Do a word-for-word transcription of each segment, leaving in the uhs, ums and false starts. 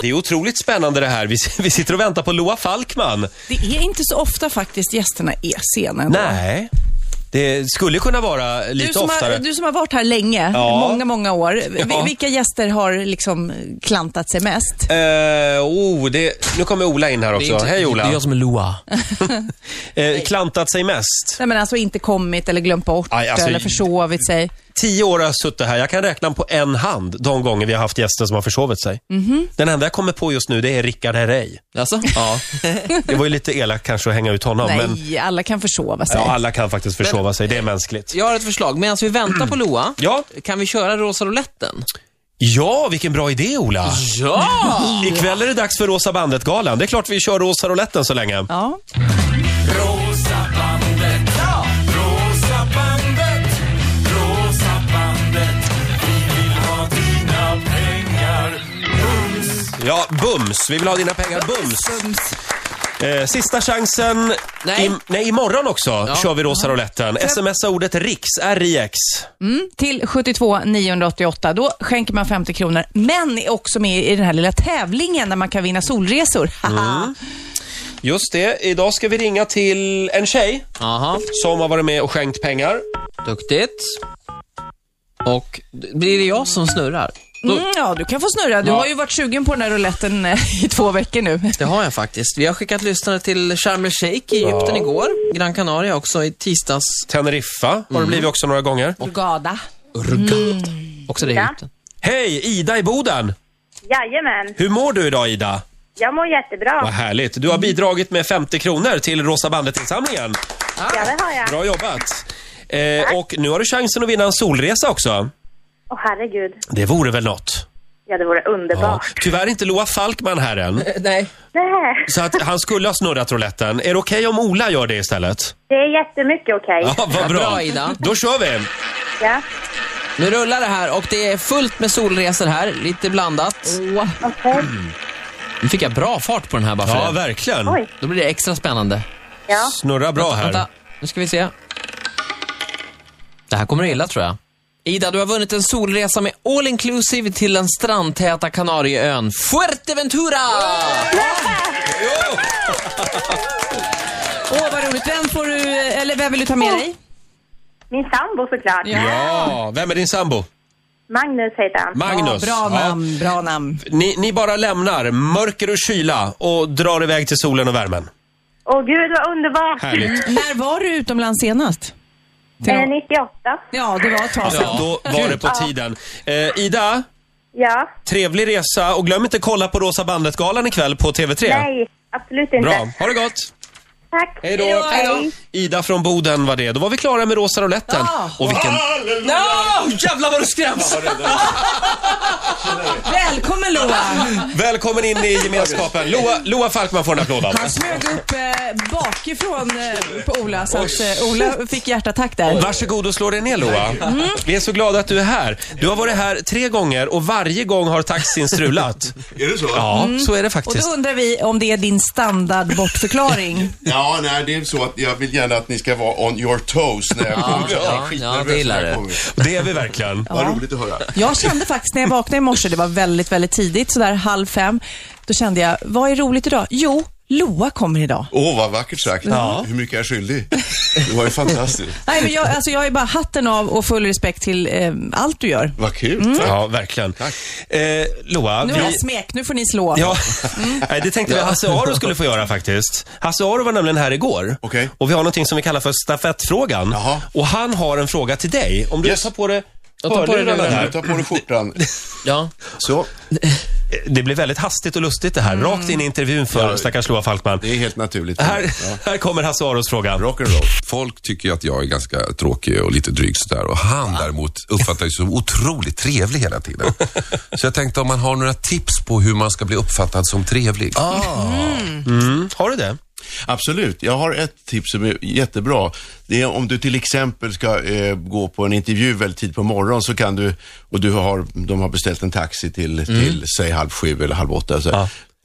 Det är otroligt spännande det här. Vi, vi sitter och väntar på Loa Falkman. Det är inte så ofta faktiskt gästerna är sena ändå. Nej. Det skulle kunna vara lite du som oftare. Har, du som har varit här länge, ja. många, många år. Ja. Vilka gäster har liksom klantat sig mest? Uh, oh, det, nu kommer Ola in här också. Inte, Hej Ola. Det är jag som är Loa. uh, klantat sig mest. Nej, men alltså inte kommit eller glömt bort Aj, alltså, eller försovit sig. Tio år har jag suttit här. Jag kan räkna på en hand de gånger vi har haft gäster som har försovit sig. Mm-hmm. Den enda jag kommer på just nu, det är Rickard Herrey. Alltså? Ja. Det var ju lite elakt kanske att hänga ut honom. Nej, men... alla kan försova sig. Ja, alla kan faktiskt försova men, sig. Det är mänskligt. Jag har ett förslag. Medan vi väntar på Loa, ja. kan vi köra Rosa Rouletten? Ja, vilken bra idé, Ola. Ja! Ikväll är det dags för Rosa Bandet-galan. Det är klart vi kör Rosa Rouletten så länge. Ja. Rosa bandet, ja. Rosa bandet, rosa bandet. Vi vill ha dina pengar. Bums. Ja, bums. Vi vill ha dina pengar. Bums. Bums. Eh, sista chansen. Nej. I, nej, imorgon också ja. kör vi Rosa Rouletten. Smsa ordet RIX, R I X. Mm, till sjuttiotvå niohundraåttioåtta. Då skänker man femtio kronor. Men är också med i den här lilla tävlingen där man kan vinna solresor. Mm. Just det. Idag ska vi ringa till en tjej Aha. som har varit med och skänkt pengar. Duktigt. Och blir det jag som snurrar? Mm, ja, du kan få snurra. Du ja. har ju varit sugen på den här rouletten i två veckor nu. Det har jag faktiskt. Vi har skickat lyssnare till Sharm el-Sheikh i Egypten ja. igår. Gran Canaria också i tisdags. Teneriffa har mm. det blivit också några gånger. Hurghada. Hurghada. Mm. Också det i Egypten. Hej, Ida i Boden. Jajamän. Hur mår du idag, Ida? Jag mår jättebra. Vad härligt. Du har bidragit med femtio kronor till Rosa Bandet-insamlingen. Ja, det har jag. Bra jobbat. Eh, och nu har du chansen att vinna en solresa också. Åh, herregud. Det vore väl något? Ja, det vore underbart. Ja. Tyvärr är inte Loa Falkman här än. Nej. Nej. Så att han skulle ha snurrat rouletten. Är det okej okay om Ola gör det istället? Det är jättemycket okej. Okay. Ja, vad bra. Bra, Ida. Då kör vi. Ja. Nu rullar det här och det är fullt med solresor här. Lite blandat. Oh. Okej. Okay. Mm. Nu fick jag bra fart på den här bara för Ja, det. verkligen. Oj. Då blir det extra spännande. Ja. Snurra bra här. Vänta, nu ska vi se. Det här kommer illa, tror jag. Ida, du har vunnit en solresa med all inclusive till den strandtäta Kanarieön Fuerteventura! Åh, oh, vad roligt. Vem får du, eller vem vill du ta med dig? Min sambo såklart. Ja. ja, vem är din sambo? Magnus heter han. Magnus. Ja, bra namn, ja. bra namn. Ni, ni bara lämnar mörker och kyla och drar iväg till solen och värmen. Åh gud, vad underbart. Härligt. När var du utomlands senast? Eh, nittioåtta. Ja, det var ett tag sedan. Ja, då var det på tiden. Eh, Ida, ja. Trevlig resa och glöm inte kolla på Rosa Bandet-galan ikväll på T V tre. Nej, absolut inte. Bra, ha det gott. Tack. Hej då. Hej då. Ida från Boden var det. Då var vi klara med Rosa Rouletten. Ja. Och vilken... No! Jävlar vad du skräms! Välkommen, Loa. Välkommen in i gemenskapen. Loa, Loa Falkman får en applåd. Han smög upp eh, bakifrån eh, på Ola, så att eh, Ola fick hjärtattack där. Varsågod och slå dig ner, Loa. Mm. Vi är så glada att du är här. Du har varit här tre gånger och varje gång har taxin strulat. Är det så? Ja, mm. så är det Och faktiskt. då undrar vi om det är din standard bortförklaring. Ja, nej, det är så att jag vill gärna att ni ska vara on your toes när jag kommer. Ja, ja, det gillar du. Det är vi verkligen. Vad roligt att höra. Jag kände faktiskt när jag vaknade i morse, det var väldigt, väldigt tidigt, sådär halv fem. Då kände jag, vad är roligt idag? Jo, Loa kommer idag. Åh, oh, vad vackert sagt. Ja. Hur mycket är jag skyldig? Det var ju fantastiskt. Nej, men jag, alltså jag är bara hatten av och full respekt till eh, allt du gör. Vad kul. Mm. Ja, verkligen. Tack. Eh, Loa, nu är vi... jag smek, nu får ni slå. Ja, mm. Nej, det tänkte vi att Hasse Aro skulle få göra faktiskt. Hasse Aro var nämligen här igår. Okay. Och vi har någonting som vi kallar för stafettfrågan. Jaha. Och han har en fråga till dig. Om du yes. tar på det tar på det här. Ta på dig skjortan. Ja. Så. Det blir väldigt hastigt och lustigt det här. Mm. Rakt in i intervjun för ja, stackars Loa Falkman. Det är helt naturligt. Här, ja. här kommer Hasse Aros fråga. Rock'n'roll. Folk tycker ju att jag är ganska tråkig och lite dryg sådär. Och han däremot uppfattar sig som otroligt trevlig hela tiden. Så jag tänkte om man har några tips på hur man ska bli uppfattad som trevlig. Ah. Mm. Mm. Har du det? Absolut. Jag har ett tips som är jättebra. Det är om du till exempel ska eh, gå på en intervju väldigt tid på morgonen, så kan du, och du har, de har beställt en taxi till, mm. till säg halv sju eller halv åtta. Så. Ah.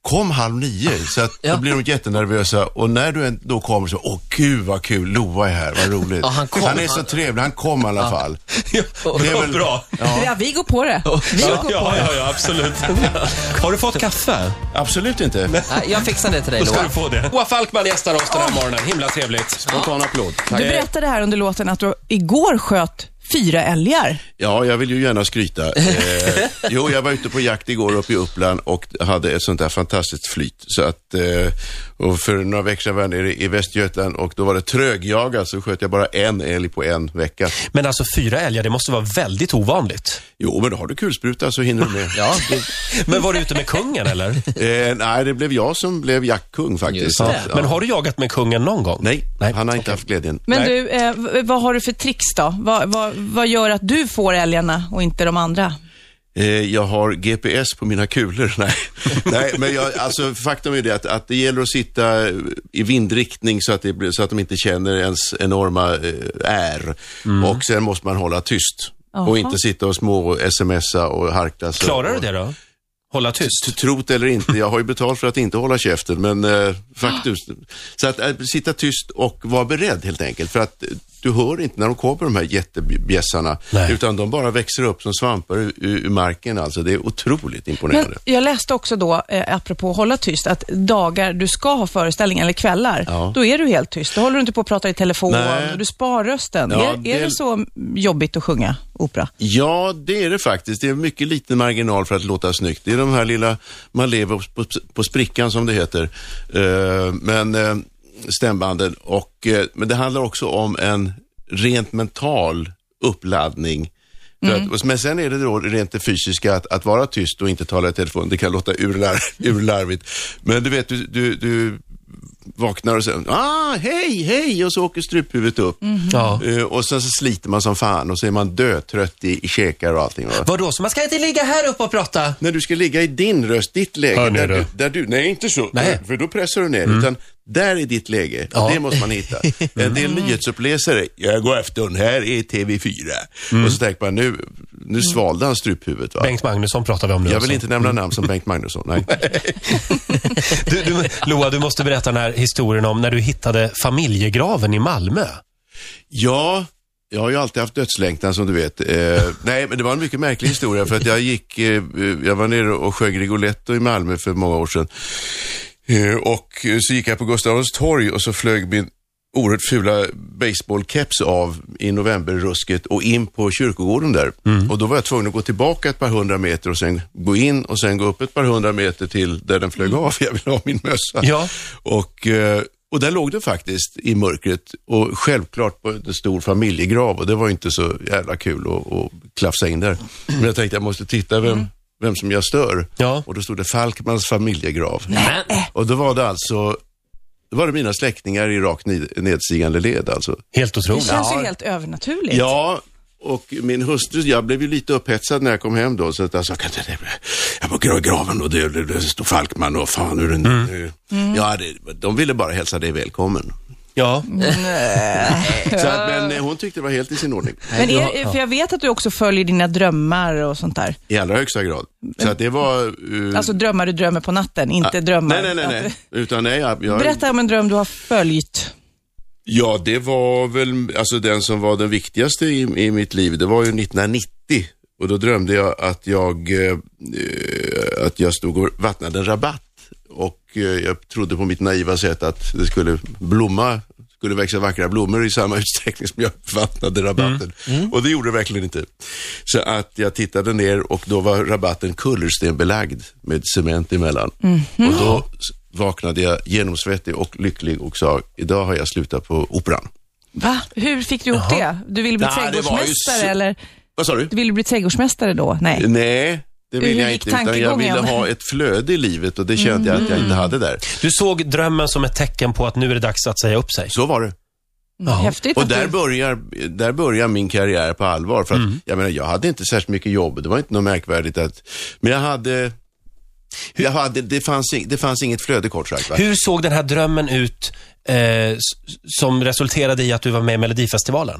kom halv nio, så att Ja. då blir de jättenervösa. Och när du då kommer så, åh gud vad kul, Loa är här, vad roligt. Ja, han kom. han är så trevlig, han kom i alla fall. Ja, Det är väl- bra. Ja, vi går på det. Vi Ja, går på ja, det. ja, ja, absolut. Har du fått kaffe? Absolut inte. Nej, jag fixar det till dig, Då ska Loa. du få det. Loa Falkman gästar oss den här morgonen. Himla trevligt. Spontan applåd. Du berättade här under låten att du igår sköt fyra älgar. Ja, jag vill ju gärna skryta. Eh, jo, jag var ute på jakt igår uppe i Uppland och hade ett sånt där fantastiskt flyt. Så att, eh, och för några veckor sedan var jag nere i Västergötland och då var det trögjagat, så sköt jag bara en älg på en vecka. Men alltså fyra älgar, det måste vara väldigt ovanligt. Jo, men då har du kulspruta så hinner du med. Ja, Men var du ute med kungen eller? Eh, nej, det blev jag som blev jaktkung faktiskt. Just det. Ja. Men har du jagat med kungen någon gång? Nej, Nej, han har inte okej. haft glädjen. Men Nej. du, eh, v- vad har du för tricks då? Vad, vad, vad gör att du får älgarna och inte de andra? Eh, jag har G P S på mina kulor. Nej, Nej men jag, alltså, faktum är det att, att det gäller att sitta i vindriktning så att, det blir, så att de inte känner ens enorma eh, är. Mm. Och sen måste man hålla tyst. Aha. Och inte sitta och små och smsa och harkla sig. Klarar du och, det då? Hålla tyst? Trot eller inte, jag har ju betalt för att inte hålla käften, men eh, faktiskt. Så att äh, sitta tyst och vara beredd helt enkelt, för att eh, du hör inte när de kommer, de här jättebjässarna, Nej. utan de bara växer upp som svampar ur, ur marken. Alltså det är otroligt imponerande. Men jag läste också då, eh, apropå hålla tyst, att dagar du ska ha föreställning eller kvällar, Ja. då är du helt tyst. Då håller du inte på att prata i telefon Nej. och du spar rösten. Ja, är, det- är det så jobbigt att sjunga opera? Ja, det är det faktiskt. Det är mycket liten marginal för att låta snyggt. Det är de här lilla, man lever på, på sprickan som det heter. Uh, men uh, stämbanden. Och, uh, men det handlar också om en rent mental uppladdning. För Mm. att, men sen är det då rent det fysiska att, att vara tyst och inte tala i telefon. Det kan låta urlar, urlarvigt. Men du vet, du, du, du vaknar och säger ah, hej, hej, och så åker struphuvudet upp. Ja. Uh, och sen så sliter man som fan och så är man dötrött i, i käkar och allting. Va? Vadå, så man ska inte ligga här uppe och prata? När du ska ligga i din röst, ditt läge, Hör ni där det? du, där du, nej inte så, Nej. för då pressar du ner, utan där är ditt läge, Ja. det måste man hitta. En del nyhetsuppläsare, jag går efter, här är T V fyra. Och så tänker man, nu, nu svalde han struphuvudet, va? Bengt Magnusson pratar vi om nu Jag också. vill inte nämna namn som Bengt Magnusson, nej. Du, du, Loa, du måste berätta den här historien om när du hittade familjegraven i Malmö. Ja, jag har ju alltid haft dödslängtan som du vet. Eh, nej, men det var en mycket märklig historia för att jag gick, eh, jag var nere och sjöng Rigoletto i Malmö för många år sedan. Eh, och så gick jag på Gustav Adolfs torg och så flög min oerhört fula baseballkeps av i novemberrusket och in på kyrkogården där. Och då var jag tvungen att gå tillbaka ett par hundra meter och sen gå in och sen gå upp ett par hundra meter till där den flög av. Jag ville ha min mössa. Ja. Och... Eh, Och där låg det faktiskt i mörkret och självklart på en stor familjegrav och det var inte så jävla kul att, att klafsa in där. Men jag tänkte jag måste titta vem, vem som jag stör. Ja. Och då stod det Falkmans familjegrav. Men, Och då var det alltså, då var det mina släktingar i rakt ned- nedstigande led alltså. Helt Det otroligt. känns ju helt övernaturligt. Ja, och min hustru, jag blev ju lite upphetsad när jag kom hem då. Så att jag sa, jag var gra- graven och det, det, det stod Falkman och fan hur den... Mm. Ja, det, de ville bara hälsa dig välkommen. Ja. Så att, men eh, hon tyckte det var helt i sin ordning. Men är, för jag vet att du också följer dina drömmar och sånt där. I allra högsta grad. Så att det var... Uh, Alltså drömmar du drömmer på natten, inte drömmar. Nej, nej, nej. Att- nej. Utan nej, jag, jag, Berätta om en dröm du har följt. Ja, det var väl, alltså den som var den viktigaste i, i mitt liv, det var ju nittonhundranittio. Och då drömde jag att jag, eh, att jag stod och vattnade en rabatt. Och eh, jag trodde på mitt naiva sätt att det skulle blomma, skulle växa vackra blommor i samma utsträckning som jag vattnade rabatten. Mm. Mm. Och det gjorde det verkligen inte. Så att jag tittade ner och då var rabatten kullerstenbelagd med cement emellan. Mm. Och då vaknade jag genomsvettig och lycklig och sa, idag har jag slutat på operan. Va? Hur fick du ihop det? Du ville bli Nej, det var ju trädgårdsmästare så- eller? Vad sa du? Du ville bli trädgårdsmästare då? Nej. Nej, det Hur ville jag gick inte. Utan jag tankegången? ville ha ett flöde i livet och det kände jag att jag inte hade där. Du såg drömmen som ett tecken på att nu är det dags att säga upp sig. Så var det. Ja. Häftigt Och att där du... börjar, där börjar min karriär på allvar. För att, jag menar, jag hade inte särskilt mycket jobb. Det var inte något märkvärdigt att... Men jag hade... Jag hade det, fanns, ing- det fanns inget flöde kort sagt. Va? Hur såg den här drömmen ut eh, s- som resulterade i att du var med i Melodifestivalen?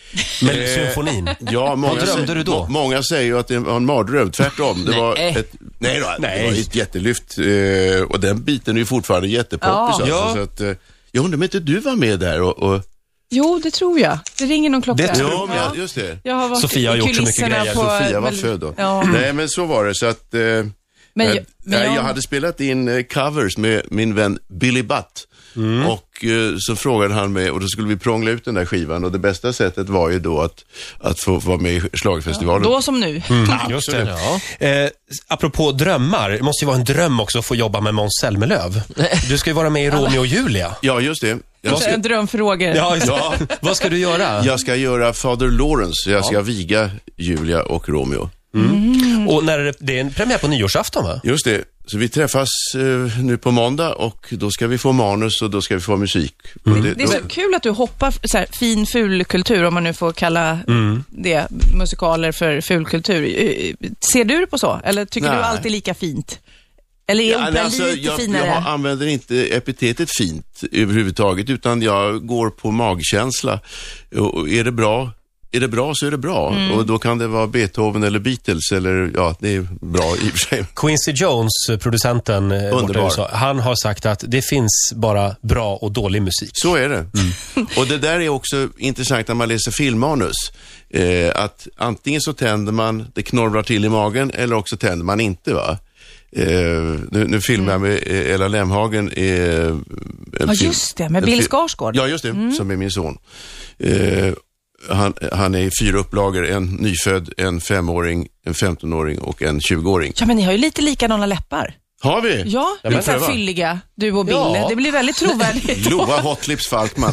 Med symfonin. Ja, många Vad drömde säger, du då? må- Många säger ju att det var en mardröm. Tvärtom. Det Nej. var ett, nej, då, Nej. det var ett jättelyft. Eh, och den biten är ju fortfarande jättepoppis. Ja. Alltså, Ja. så att, eh, jag undrar om inte du var med där och... och Jo, det tror jag. Det ringer någon klocka. Det tror ja, men, jag- just det. Jag har varit Sofia har i gjort så mycket kulisserna grejer. på- Sofia var väl- född då. Ja. Nej, men så var det. Så att... Eh, Men, jag, jag, men jag... jag, hade spelat in eh, covers med min vän Billy Butt. Och eh, så frågade han mig, och då skulle vi prångla ut den där skivan. Och det bästa sättet var ju då att, att få vara med i schlagerfestivalen. då som nu. Just det. Eh, apropå drömmar, det måste ju vara en dröm också att få jobba med Måns Zelmerlöw. Du ska ju vara med i Romeo och Julia. Ja, just det. Jag Det är ska, en dröm för Roger. Ja, just det. Ja. Vad ska du göra? jag ska göra Father Lawrence. Jag ska viga Julia och Romeo. Och när är det, det är en premiär på nyårsafton, va? Just det. Så vi träffas eh, nu på måndag och då ska vi få manus och då ska vi få musik. Och det, Det är då, så kul att du hoppar så här, fin fulkultur, om man nu får kalla det musikaler för fulkultur. Eh, Ser du det på så? Eller tycker Nej. du alltid lika fint? Eller är Ja, opera nej, alltså, lite jag, finare? jag har- använder inte epitetet fint överhuvudtaget, utan jag går på magkänsla. Och är det bra, är det bra så är det bra. Och då kan det vara Beethoven eller Beatles, eller ja, det är bra i och för sig. Quincy Jones, producenten eh, borta i Underbar. U S A, han har sagt att det finns bara bra och dålig musik. Så är det. Och det där är också intressant när man läser filmmanus. Eh, att antingen så tänder man, det knorrar till i magen, eller också tänder man inte, va? Eh, nu, nu filmar jag med eh, Ella Lemhagen. Eh, en Ja, film- just det, med en Bill film- Skarsgård. Ja, just det, som är min son. Eh, han, han är i fyra upplagor, en nyfödd, en femåring, en femtonåring och en tjugoåring. Ja, men ni har ju lite likadana läppar. Har vi? Ja, men lite så här pröva. fylliga, du och Bill. Ja. Det blir väldigt trovärdigt. Loa Hotlips Falkman.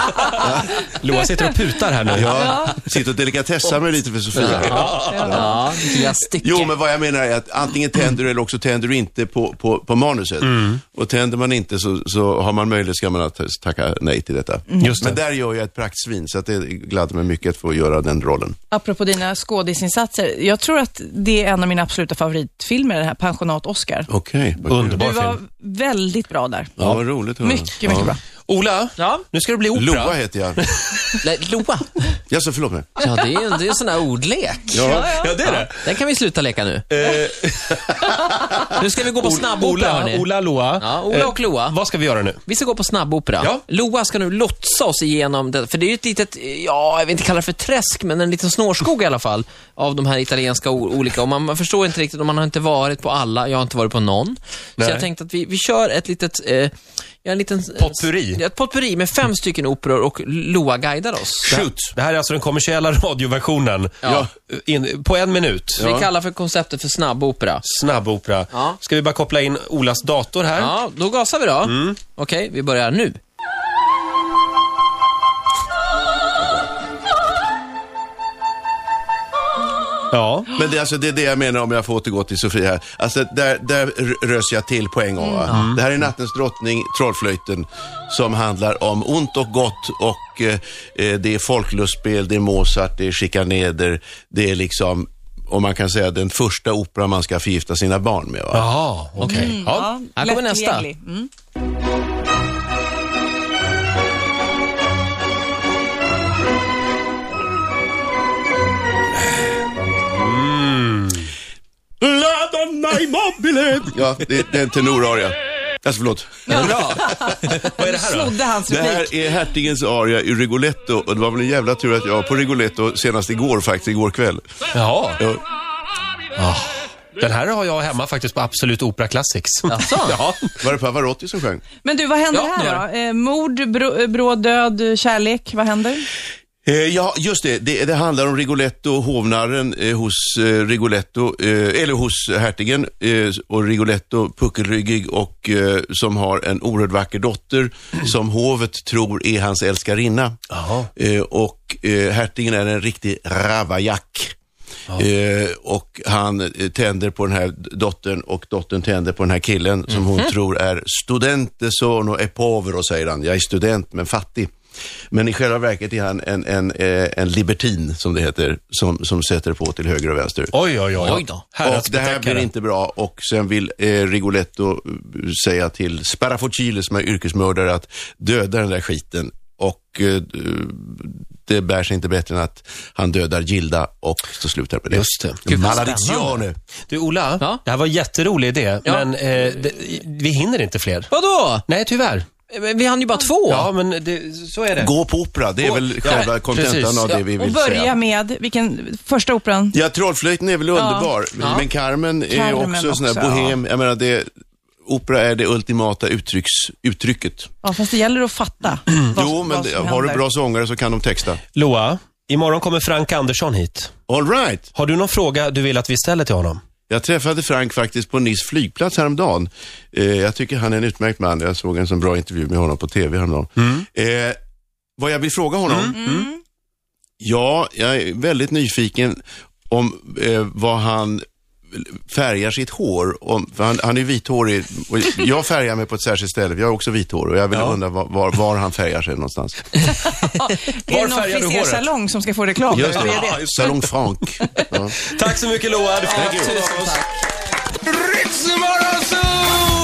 Loa sitter och putar här nu. Ja, sitter och delikatessar mig lite för Sofia. Ja, lilla stycke. Jo, men vad jag menar är att antingen tänder du eller också tänder du inte på, på, på manuset. Och tänder man inte så, så har man möjlighet, ska man att tacka nej till detta. Just det. Men där gör jag ett praktsvin, så att det gladde mig mycket att få göra den rollen. Apropå dina skådisinsatser, jag tror att det är en av mina absoluta favoritfilmer, den här Pensionat Oscar. Okej. vad kul. Underbar Du var film. väldigt bra där. Ja, vad roligt. att höra. Mycket, mycket Ja. bra. Ola, Ja. nu ska det bli opera. Loa heter jag. Nej, Loa. Ja, så förlåt mig. Ja, det är ju en, det är en sån här ordlek. Ja. Ja, det är det. Den kan vi sluta leka nu. Nu ska vi gå på snabbopera, Ola, hörni. Ola, Loa. Ja, Ola och Loa. Eh, vad ska vi göra nu? Vi ska gå på snabbopera. Ja. Loa ska nu lotsa oss igenom det, för det är ju ett litet, ja, jag vill inte kalla det för träsk, men en liten snårskog i alla fall, av de här italienska o- olika, och man, man förstår inte riktigt, och man har inte varit på alla, jag har inte varit på någon. Nej. Så jag tänkte att vi, vi kör ett litet, eh, ja, en liten... Potpurri. Ett potpurri med fem stycken operor, och Loa guidar oss. Shoot. Det här är alltså den kommersiella radioversionen. Ja. In, på en minut. Vi kallar för konceptet för snabbopera. Snabbopera. Ja. Ska vi bara koppla in Olas dator här? Ja, då gasar vi då. Mm. Okej, vi börjar nu. Ja. Men det, är alltså, det är det jag menar, om jag får återgå till Sofia här. Alltså, där, där r- rös jag till på en gång. Va? Det här är Nattens drottning, Trollflöjten, som handlar om ont och gott, och eh, eh, det är folklustspel, det är Mozart, det är chikaneder, det är liksom, om man kan säga, den första opera man ska förgifta sina barn med. Va? Jaha, okej. Ja. Här kommer nästa. lättillgänglig. Mm. La donna immobile! Ja, det, det är en tenoraria. Alltså, förlåt. Bra. Vad är det här då? Snodde hans Det replik. här är hertigens aria i Rigoletto, och det var väl en jävla tur att jag var på Rigoletto senast igår, faktiskt igår kväll. Jaha. Ja. Den här har jag hemma faktiskt på Absolut Opera Classics. Jaså? Ja. Var det Pavarotti som sjöng? Men du, vad händer Ja, nu här då? Eh, mord, bro, bråd död, kärlek, vad händer? Eh, ja, just det. det. Det handlar om Rigoletto, hovnarren eh, hos eh, Rigoletto, eh, eller hos hertigen, eh, och Rigoletto, puckelryggig, och eh, som har en oerhört vacker dotter som hovet tror är hans älskarinna. Jaha. Eh, och eh, hertigen är en riktig ravajack. Eh, och han eh, tänder på den här dottern, och dottern tänder på den här killen som hon tror är studente sono e povero, säger han. Jag är student men fattig. Men i själva verket är han en, en, eh, en libertin, som det heter, som, som sätter på till höger och vänster. Oj, oj, oj. Oj då. Och det här Häradsbetäckare. blir inte bra, och sen vill eh, Rigoletto säga till Sparafocile, som är yrkesmördare, att döda den där skiten. och eh, det bär sig inte bättre än att han dödar Gilda och så slutar med det. Just det. Gud, vad Maledizione. Du Ola, Ja? det här var en jätterolig idé, Ja. men eh, det, vi hinner inte fler. Vadå? Nej, tyvärr. Men Vi hann ju bara två. Ja, men det, så är det. Gå på opera, det är väl Ja, själva kontentan precis. av det vi Och vill börja säga. med, vilken första operan? Ja, Trollflöjten är väl underbar, Ja. men Carmen är Carmen också sån här också, bohem. Jag menar, det, opera är det ultimata uttrycks, uttrycket. Ja, fast det gäller att fatta. vad, Jo, men vad som har du händer. bra sångare så kan de texta. Loa, imorgon kommer Frank Andersson hit. All right. Har du någon fråga du vill att vi ställer till honom? Jag träffade Frank faktiskt på Nice flygplats häromdagen. Eh, jag tycker han är en utmärkt man. Jag såg en sån bra intervju med honom på tv häromdagen. Mm. Eh, vad jag vill fråga honom? Mm. Ja, jag är väldigt nyfiken om eh, vad han färgar sitt hår. Om, för han, han är vithårig. Och jag färgar mig på ett särskilt ställe. Jag är också vithårig och jag vill Ja. undra var, var, var han färgar sig någonstans. Är det Var någon färgar du håret? frisersalong som ska få reklam? Just Eller är det, det? Salong Frank. Ja. Tack så mycket Loa, du får Ja, tusen tusen tack. Ritzmorgonzoo!